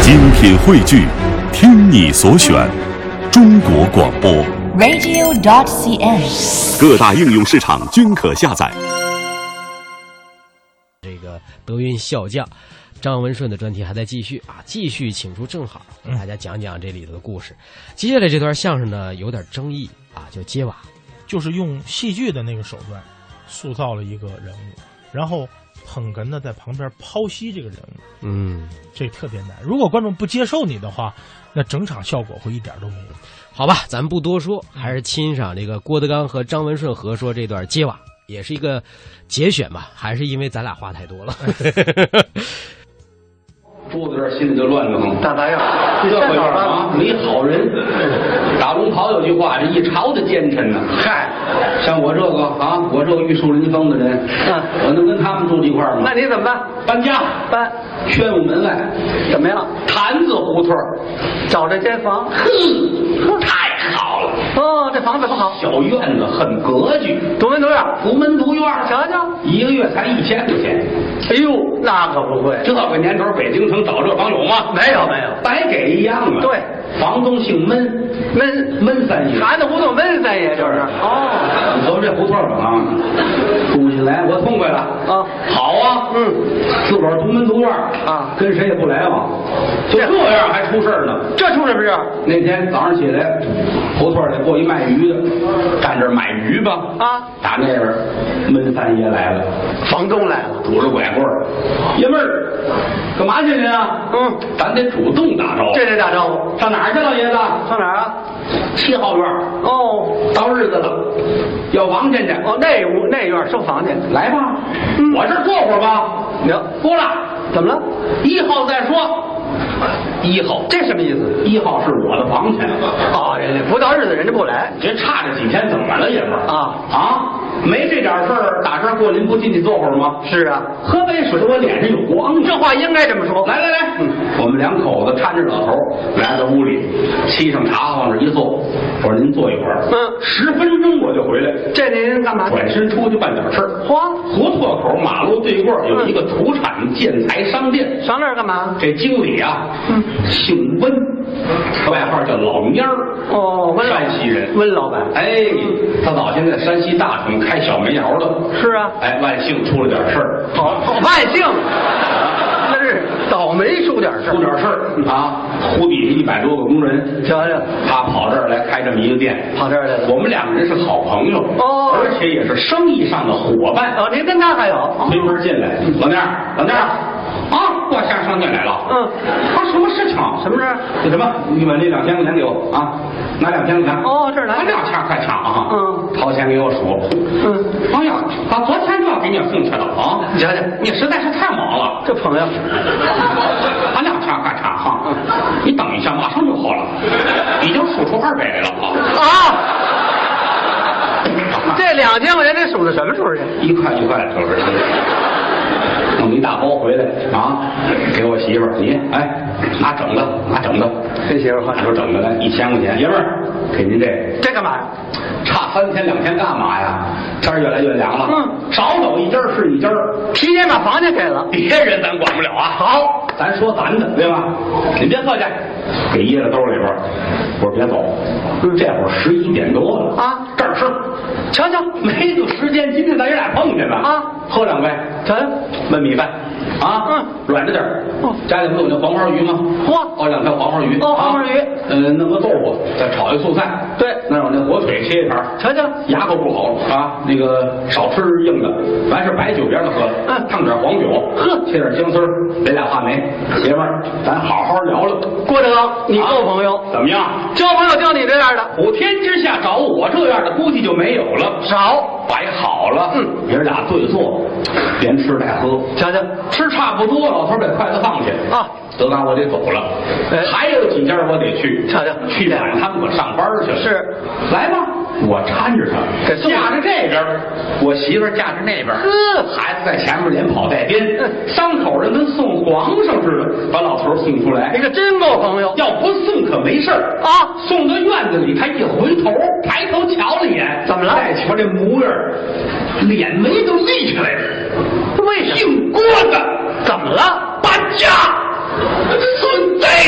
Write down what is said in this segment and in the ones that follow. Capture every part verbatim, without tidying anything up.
精品汇聚，听你所选，中国广播 radio dot c n， 各大应用市场均可下载。 这个德云笑将张文顺的专题还在继续啊，继续请出郑好给大家讲讲这里头的故事。接下来这段相声呢有点争议啊，叫揭瓦， 就是用戏剧的那个手段塑造了一个人物，然后捧哏的在旁边剖析这个人物。嗯，这个特别难。如果观众不接受你的话，那整场效果会一点都没有。 好吧，咱不多说，还是欣赏这个郭德纲和张文顺合说这段揭瓦，也是一个节选吧，还是因为咱俩话太多了。 桌子这儿心里就乱得慌， 大大样， 这回事啊！没好人。打龙袍有句话，这一朝的奸臣呢。嗨，像我这个啊，我这个玉树临风的人，嗯，我能跟他们住一块儿吗？ 那你怎么办？ 搬家， 搬宣武门外， 怎么样？ 坛子胡同， 找这间房， 哼，太好了。 哦，这房子不好， 小院子很格局， 独门独院， 独门独院， 瞧瞧， 一个月才一千块钱。 哎呦，那可不会， 这个年头北京城找这房有吗？ 没有没有， 白给一样啊。 对， 房东姓闷， 闷闷三爷， 坛子胡同闷三爷就是。 哦，你走这胡同吧啊，住进来我痛快了啊，好啊，嗯，自个儿独门独院啊，跟谁也不来往，就这样还出事呢。 这出什么事？ 那天早上起来，胡同里过一卖鱼的，站这儿买鱼吧啊，打那边闷三爷来了， 房东来了， 拄着拐棍儿，爷们儿，干嘛去您啊？嗯，咱得主动打招呼。 这得打招呼。 上哪儿去，老爷子？ 上哪儿啊？ 七号院。哦，到日子了，要房钱去。 哦，那屋那院收房去。 来吧，嗯、我这儿坐会儿吧。 行， 不了。 怎么了？ 一号再说。一号， 这什么意思？ 一号是我的房钱。 哦，人家不到日子人家不来， 这差这几天怎么了，爷们儿？啊啊！没这点事儿，打这儿过您不进去坐会儿吗？ 是啊， 喝杯水，我脸上有光。 这话应该这么说。 来来来，嗯，我们两口子搀着老头来到屋里，沏上茶往这一坐。我说您坐一会儿，嗯，十分钟我就回来。 这您干嘛？ 转身出去办点事儿。嚯，胡同口马路对过有一个土产建材商店， 上那儿干嘛？ 这经理啊，嗯，姓温，外号叫老蔫儿。哦，温山西人， 温老板。 哎，他早先在山西大同开小煤窑的。 是啊， 哎，万幸出了点事儿。 好，万幸，那是倒霉出点事儿， 出点事儿啊！湖底下一百多个工人， 瞧瞧， 他跑这儿来开这么一个店， 跑这儿来了。 我们两个人是好朋友哦，而且也是生意上的伙伴。 哦，您跟他还有？ 推门进来，老蔫儿，老蔫儿。啊，我下商店来了。嗯，啊，什么事情？ 什么事？ 那什么，你把那两千块钱给我啊，拿两千块钱。 哦，这儿来两千块钱啊。 嗯， 掏钱给我数。嗯，哎呀，他昨天就要给你送去了啊！ 你瞧瞧， 你实在是太忙了， 这朋友。 他两千块钱哈，你等一下，马上就好了，已经数出二百来了啊。 啊！这两千块钱得数到什么时候去？ 一块一块就是。弄一大包回来啊，给我媳妇儿，你哎，拿整的，拿整的。 这媳妇儿拿出整的来，一千块钱，爷们儿，给您这个。 这干嘛呀？ 差三天两天干嘛呀？天儿越来越凉了，嗯，少走一针是一针儿。 提前把房钱给了， 别人咱管不了啊。好，咱说咱的，对吧？你别客气，给掖在兜里边。我说别走，这会儿十一点多了啊，这儿吃。瞧瞧，没个时间，今天咱爷俩碰见了啊，喝两杯，瞧瞧，焖米饭啊，嗯，软着点儿。哦，家里不有那黄花鱼吗？嚯，熬两条黄花鱼。 哦，黄花鱼， 呃，弄个豆腐，再炒一素菜。对，那有那火腿切一盘，瞧瞧，牙口不好啊，那个少吃硬的，完事白酒别让他喝了，嗯，烫点黄酒，呵，切点姜丝儿，来俩话梅，爷们儿，咱好好聊聊。 郭德纲，你够朋友怎么样？ 交朋友交你这样的， 普天之下找我这样的估计就没有了， 少。 摆好了，嗯，爷儿俩对坐，连吃带喝， 瞧瞧， 吃差不多，老头把筷子放下啊。德刚，我得走了，哎，还有几家我得去， 瞧瞧， 去晚上他们可上班去了。是，来吧，我搀着他，架着这边，我媳妇架着那边，呵，孩子在前面连跑带颠，三口人跟送皇上似的，把老头送出来。 这个真够朋友， 要不送可没事儿啊。送到院子里，他一回头，抬头瞧了一眼， 怎么了？ 再瞧这模样，脸眉都立起来了。为什么？姓郭的， 怎么了？ 搬家。孙子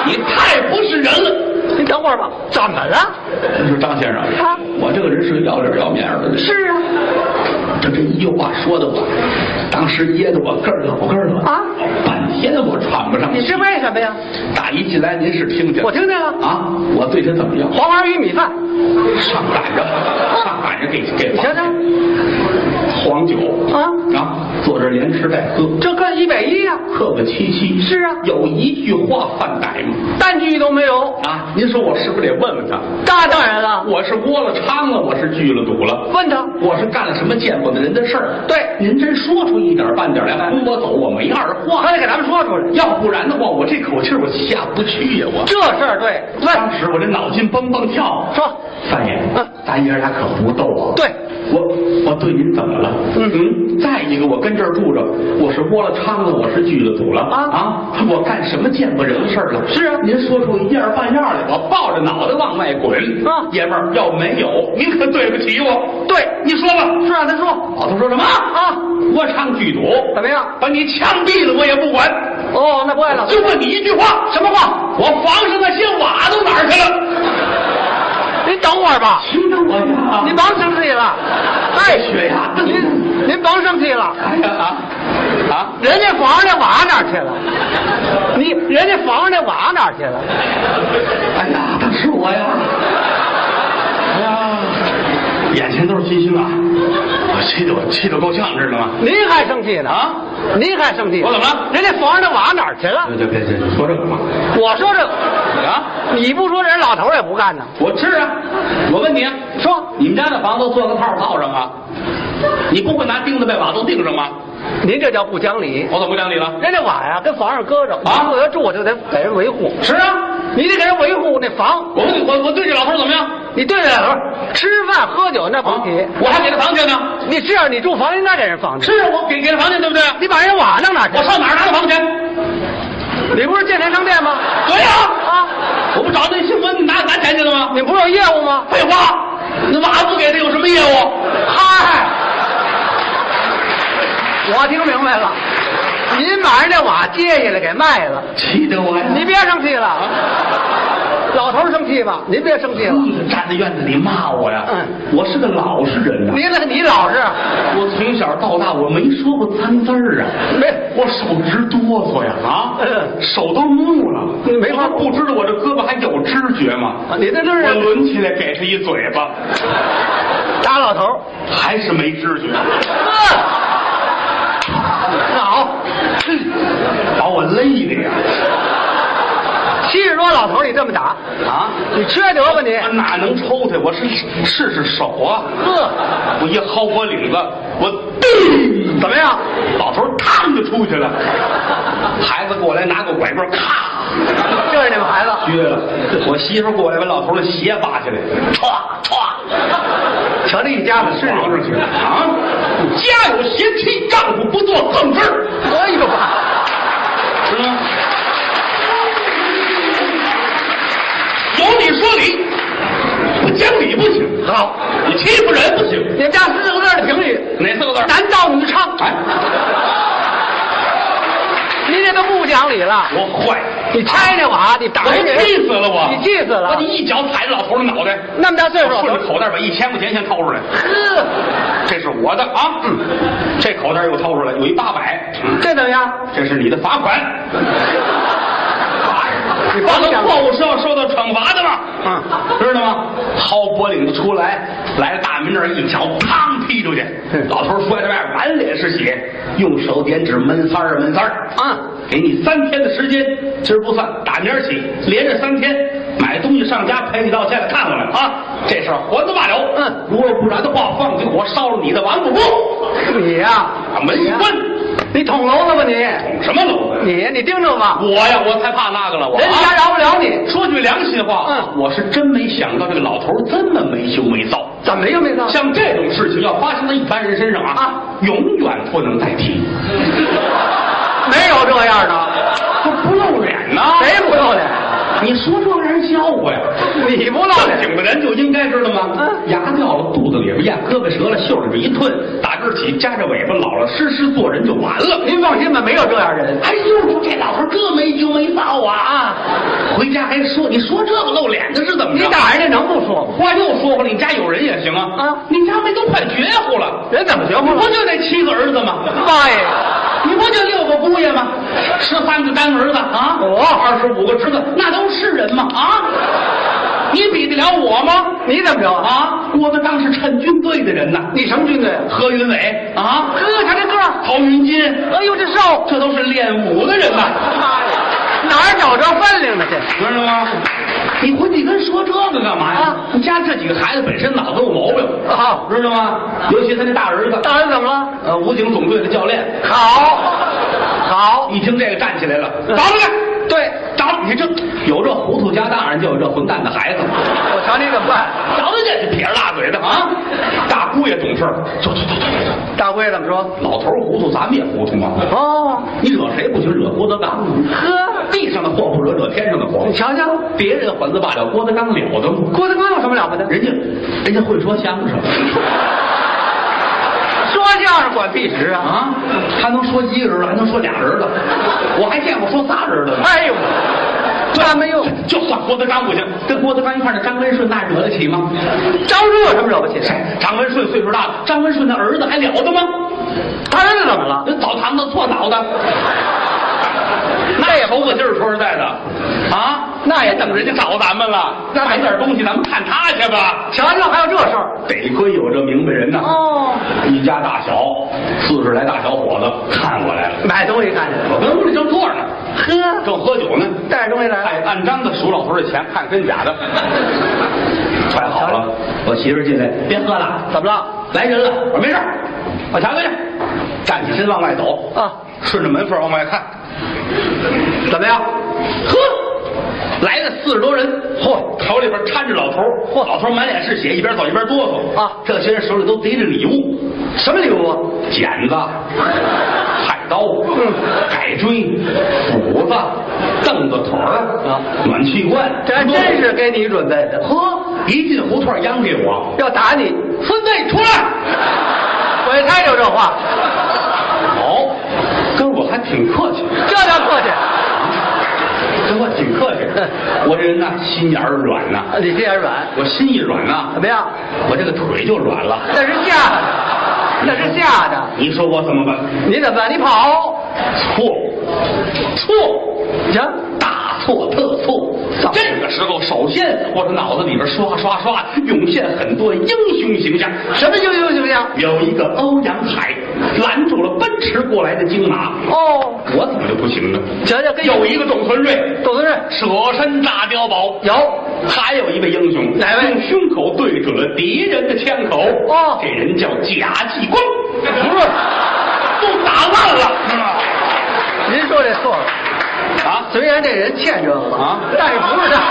你太不是人了。 你等会儿吧，怎么了？ 你说张先生啊，我这个人是个要脸要面的人。 是啊， 这这一句话说的我，当时噎得我咯儿咯咯咯啊，半天我喘不上气。 你是为什么呀？ 大姨进来您是听见了？ 我听见了啊，我对他怎么样？ 黄花鱼米饭， 上赶着，上赶着给给你瞧瞧， 黄酒啊啊，坐这连吃带喝， 这跟一百一呀， 客客气气。 是啊， 有一句话犯歹吗？ 半句都没有啊！您说我是不是得问问他？ 那当然了， 我是窝了娼了，我是聚了赌了， 问他， 我是干了什么见不得人的事儿？ 对， 您真说出一点半点来，轰我走，我没二话。 他得给咱们说出来， 要不然的话，我这口气我下不去呀！我这事儿对，对， 当时我这脑筋蹦蹦跳。 说， 三爷， 嗯， 咱爷俩可不斗啊。 对， 我我对您怎么了？嗯嗯。再一个，我跟这儿住着，我是窝了娼了，我是聚了赌了啊啊！我干什么见不人的事儿了？是啊，您说出一样半样来，我抱着脑袋往外滚啊！爷们儿，要没有，您可对不起我。对，你说吧， 是让他说。 老头说什么啊？窝娼聚赌怎么样？ 把你枪毙了我也不管。 哦，那不爱了。 就问你一句话， 什么话？ 我房上那些瓦都哪儿去了？ 您等会儿吧。 听着我呀， 您甭生气了。 哎，血压， 您您甭生气了。 哎呀啊啊！ 人家房那瓦哪儿去了？你人家房那瓦哪儿去了？ 哎呀，当时我呀，哎呀，眼前都是金星啊！我气得我气得够呛，知道吗？ 您还生气呢？啊！您还生气？ 我怎么了？ 人家房那瓦哪儿去了？ 别别别，你说这个嘛？ 我说这个啊！ 你不说，人老头也不干呢。 我是啊，我问你， 说你们家那房子做个套套上啊？你不会拿钉子把瓦都钉上吗？ 您这叫不讲理。 我怎么不讲理了？ 人家瓦呀跟房上搁着啊，我要住我就得给人维护。 是啊， 你得给人维护那房。 我我我对这老头怎么样？ 你对这老头吃饭喝酒那甭提， 我还给他房钱呢。 你这样你住房应该给人房钱。 是啊，我给给他房钱对不对？ 你把人瓦弄哪去？ 我上哪儿拿的房钱？ 你不是建材商店吗？ 对呀啊， 我不找那新闻拿拿钱去了吗？ 你不是有业务吗？ 废话，那瓦不给他有什么业务？ 嗨，我听明白了，您把人家瓦接下来给卖了， 气得我呀！ 你别生气了，老头生气吧，您别生气了。 站在院子里骂我呀！ 嗯， 我是个老实人呐。 你那你老实， 我从小到大我没说过脏字儿啊， 没， 我手直哆嗦呀啊， 嗯， 手都木了。 没法， 不知道我这胳膊还有知觉吗？ 你这这是我抡起来给他一嘴巴， 打老头还是没知觉。 好， 把我累的呀！ 七十多老头你这么打啊？ 你缺德吧你？ 我哪能抽他？我是试试手啊！ 呵， 我一薅脖领子，我叮， 怎么样？ 老头嘡就出去了。孩子过来拿个拐棍，咔， 这是你们孩子撅了。我媳妇过来把老头的鞋扒下来，歘歘， 瞧这一家子是皇上去了啊！家有贤妻，丈夫不做横事。 哎呦爸， 是吗？有理说理，不讲理不行。 好， 你欺负人不行。 你们家四个字的评语， 哪四个字？ 男盗女娼。 哎， 你这都不讲理了。 我坏， 你拆那瓦，你打我人， 气死了我！ 你气死了！ 我一脚踩着老头的脑袋， 那么大岁数， 顺着口袋把一千块钱先掏出来。 呵， 这是我的啊，嗯，这口袋又掏出来，有一八百， 这怎么样？ 这是你的罚款。 你我的错误是要受到惩罚的嘛？嗯，知道吗？薅脖领子出来，来到大门这儿一脚，砰踢出去，老头摔在外边，满脸是血，用手点指闷三儿闷三儿啊，给你三天的时间，今儿不算，打明儿起连着三天，买东西上家赔礼道歉来看我来啊，这事儿还他罢了。嗯，如若不然的话，放起火烧了你的王府部。 你呀， 把门一关。 你捅娄子吧你？ 捅什么娄子？ 你你盯着吧。 我呀，我才怕那个了。我人家饶不了你。 说句良心话，嗯，我是真没想到这个老头这么没羞没臊。 怎么没羞没臊？ 像这种事情要发生在一般人身上啊，啊永远不能再提。 没有这样的， 这不露脸呢？ 谁不露脸？ 你说这让人笑话呀！ 你不露脸， 正经的人就应该知道吗？嗯，牙掉了，肚子里边咽，胳膊折了，袖里边一吞，打这儿起夹着尾巴，老老实实做人就完了。 您放心吧，没有这样人。 哎呦，这老头这没羞没臊啊！啊，回还说，你说这个露脸的是怎么着？ 你打人家能不说吗？ 话又说回来，你家有人也行啊。啊，你家没都快绝户了， 人怎么绝户了？ 不就那七个儿子吗？ 妈呀！ 你不就六个姑爷吗？十三个干儿子啊， 我二十五个侄子，那都是人吗？啊，你比得了我吗？ 你怎么着啊？郭德纲是趁军队的人呐。 你什么军队？ 何云伟啊， 呵，他这个陶云金， 哎呦这瘦， 这都是练武的人呐。 妈呀，哪儿找着分量呢？这知道吗？你回去跟人说这个干嘛呀？啊、你家这几个孩子本身脑子有毛病啊，知道吗？尤其他那大儿子， 大儿子怎么了？ 呃，武警总队的教练。 好，好， 一听这个站起来了，找他去。 对， 找你这有这糊涂家大人，就有这混蛋的孩子。 我瞧你怎么办？ 找他去，撇着大嘴的啊！大姑爷懂事儿，走走走走走。 大姑爷怎么说？ 老头糊涂，咱们也糊涂嘛。哦，你惹谁不行？惹郭德纲。呵，地上的祸不惹，惹天上的祸。 你瞧瞧， 别人混子罢了，郭德纲了得吗？ 郭德纲有什么了不得？ 人家，人家会说相声。 说相声管屁事啊！ 啊，还能说一个人了，还能说俩人了，我还见过说仨人的呢。 哎呦，那没用， 就算郭德纲不行，跟郭德纲一块的张文顺那惹得起吗？ 张叔有什么惹不起的？ 张文顺岁数大了，张文顺的儿子还了得吗？ 他儿子怎么了？ 人澡堂子搓澡的，那也头发劲儿，说实在的，啊，那也等人家找咱们了，买点东西咱们看他去吧。 瞧瞧，还有这事儿， 得亏有这明白人呐。 哦， 一家大小四十来大小伙子看过来了， 买东西看见了， 我跟屋里正坐着呢， 呵， 正喝酒呢， 带着东西来了， 哎，按章的数老头的钱，看真假的。揣好了，我媳妇进来，别喝了， 怎么了？ 来人了，我说没事，我瞧瞧去，站起身往外走啊，顺着门缝往外看，怎么样？呵，来了四十多人，嚯，头里边搀着老头，嚯，老头满脸是血，一边走一边哆嗦啊。这些人手里都提着礼物，什么礼物啊？剪子、菜刀、嗯、改锥、斧子、凳子腿儿啊、暖气罐， 这还真是给你准备的。 呵，一进胡同央给我， 要打你， 孙子出来！ 我一猜就这话。 好，跟我还挺客气， 这叫客气。 跟我挺客气，我这人呐心眼儿软呐。 你心眼软， 我心一软呐， 怎么样？ 我这个腿就软了。 那是吓的，那是吓的。 你说我怎么办？ 你怎么办？你跑？ 错，错， 行， 大错特错。这个时候，首先我的脑子里边刷刷刷涌现很多英雄形象。 什么英雄形象？ 有一个欧阳海拦住了奔驰过来的京马。哦，我怎么就不行呢？ 瞧瞧， 有一个董存瑞， 董存瑞舍身炸碉堡。 有， 还有一位英雄， 哪位？ 用胸口对准了敌人的枪口。哦，这人叫贾继光。不是，都打烂了，是吧？ 您说这错了。啊，虽然这人欠这个啊，但是不是他，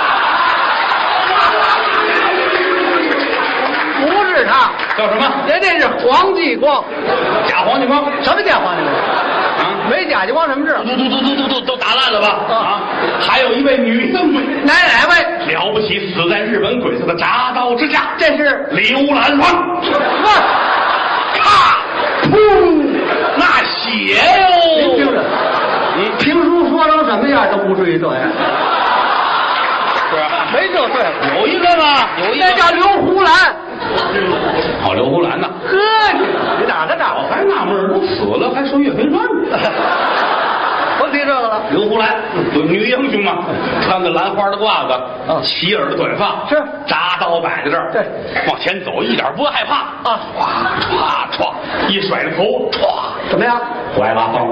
不是他， 叫什么？ 人家是黄继光， 假黄继光。 什么假黄继光？啊，没假继光什么事？ 都都都都都都都打烂了吧？啊，还有一位女英雄， 哪哪位？ 了不起，死在日本鬼子的铡刀之下。 这是刘兰芳。咔，噗，那血哟！ 您听着。评书说成什么样都不至于这样， 是啊， 没这对了。 有一个吗？有一个， 那叫刘胡兰。 好，刘胡兰呐。 呵，你哪的哪？ 我还纳闷，都死了还说岳飞传呢。 甭提这个了。 刘胡兰，有女英雄嘛，穿个兰花的褂子， 啊， 齐耳的短发， 是铡刀摆在这儿， 对， 往前走一点不害怕啊，唰唰唰，一甩着头，唰， 怎么样？ 怀拉风。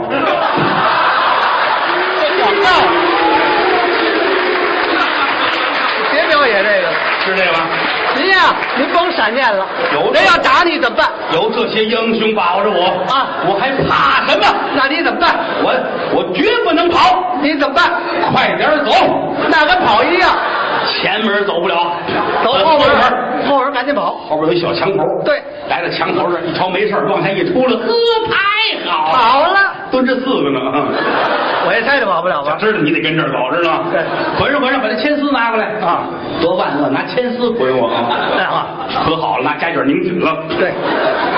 广告，别表演这个， 是这个吧？ 您呀，您甭闪念了。 有人要打你怎么办？ 有这些英雄保着我啊，我还怕什么？ 那你怎么办？ 我我绝不能跑。 你怎么办？ 快点走， 那跟跑一样。 前门走不了， 走后门，后门赶紧跑。 后边有一小墙头， 对， 来到墙头这一瞧没事，往下一出来，呵，太好了， 好了， 蹲着四个呢。 我也猜着跑不了吧？ 知道你得跟这儿走，知道吗？ 对， 捆上捆上，把那铅丝拿过来啊！多万恶，拿铅丝捆我啊！啊，捆好了，拿夹卷拧紧了。 对， 绑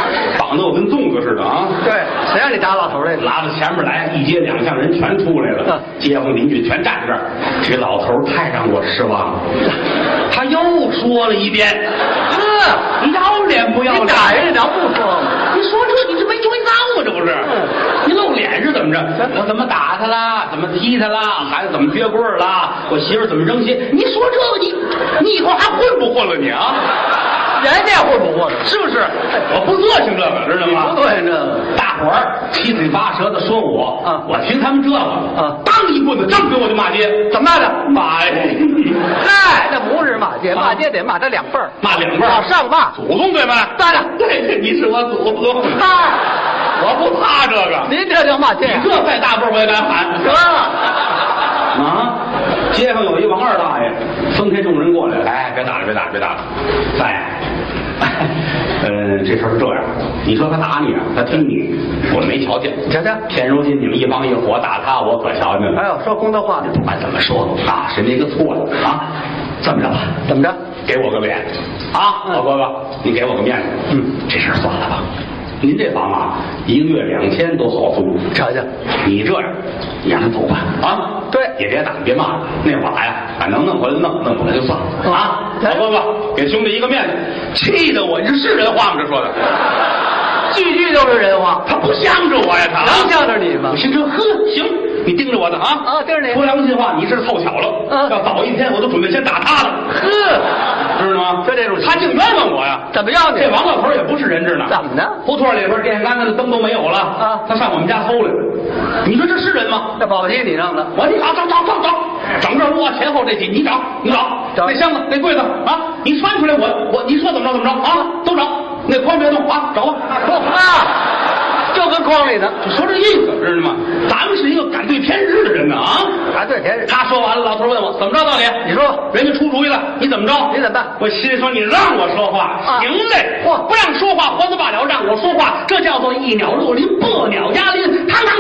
绑的我跟粽子似的啊！ 对，谁让你打老头来？ 拉到前面来，一街两巷人全出来了，街坊邻居全站这儿。这老头太让我失望了，他又说了一遍：“哥，你要脸不要脸？ 你打人家不说吗？ 你说这你这没追赃啊？这不是？你露脸是怎么着？我怎么打他啦？怎么踢他啦？孩子怎么撅棍儿啦？我媳妇怎么扔鞋？你说这个你你以后还混不混了你啊？” 人家混不混？ 是不是？我不做性这个，知道吗？ 不对，这个大伙儿七嘴八舌的说我啊， 我听他们这个啊， 当一棍子正给我就骂街， 怎么骂的？ 骂呀！ 嗨，那不是骂街，骂街得骂他两辈儿， 骂两辈儿， 往上骂， 祖宗对吧？ 对了， 对，你是我祖宗。 嗨， 我不怕这个， 您这叫骂街， 你这再大辈儿我也敢喊， 得啊！街上有一王二大爷，分开众人过来，哎，别打了，别打了，别打了，哎。呃，这事儿是这样，你说他打你啊，他踢你，我没瞧见。 瞧瞧， 现如今你们一帮一伙打他，我可瞧见了。 哎呦，说公道话， 不管怎么说啊，谁没个错的啊？这么着吧， 怎么着？ 给我个脸啊，老哥哥，你给我个面子。嗯，这事儿算了吧。您这房啊，一个月两千都好租。 瞧瞧， 你这样，你让他走吧啊！ 对， 也别打，别骂，那把呀，俺能弄回来就弄，弄不来就算了啊！老哥哥，给兄弟一个面子，气得我，这是人话吗？这说的， 句句都是人话， 他不向着我呀，他能向着你吗？ 我心说，呵，行，你盯着我的啊啊，盯着你。 说良心话，你是凑巧了， 嗯， 要早一天我都准备先打他了， 呵， 知道吗？ 就这种， 他竟冤枉我呀？ 怎么冤枉你？ 这王老头也不是人质呢， 怎么呢？ 胡同里边电线杆子的灯都没有了啊， 他上我们家偷来，你说这是人吗？ 这保不齐你弄的， 我你找找找找找，整个屋前后这几你找你找，那箱子那柜子啊，你翻出来我我你说怎么着怎么着啊，都找，那筐别动啊，找吧， 啊，就跟筐里的， 就说这意思，知道吗？咱们是一个敢对天日的人呢啊， 敢对天日。 他说完了，老头问我怎么着，到底你说人家出主意了，你怎么着？ 你怎么办？ 我心里说你让我说话， 啊、 行嘞， 嚯， 不让说话活死罢了，让我说话，这叫做一鸟落林，破鸟压林，堂堂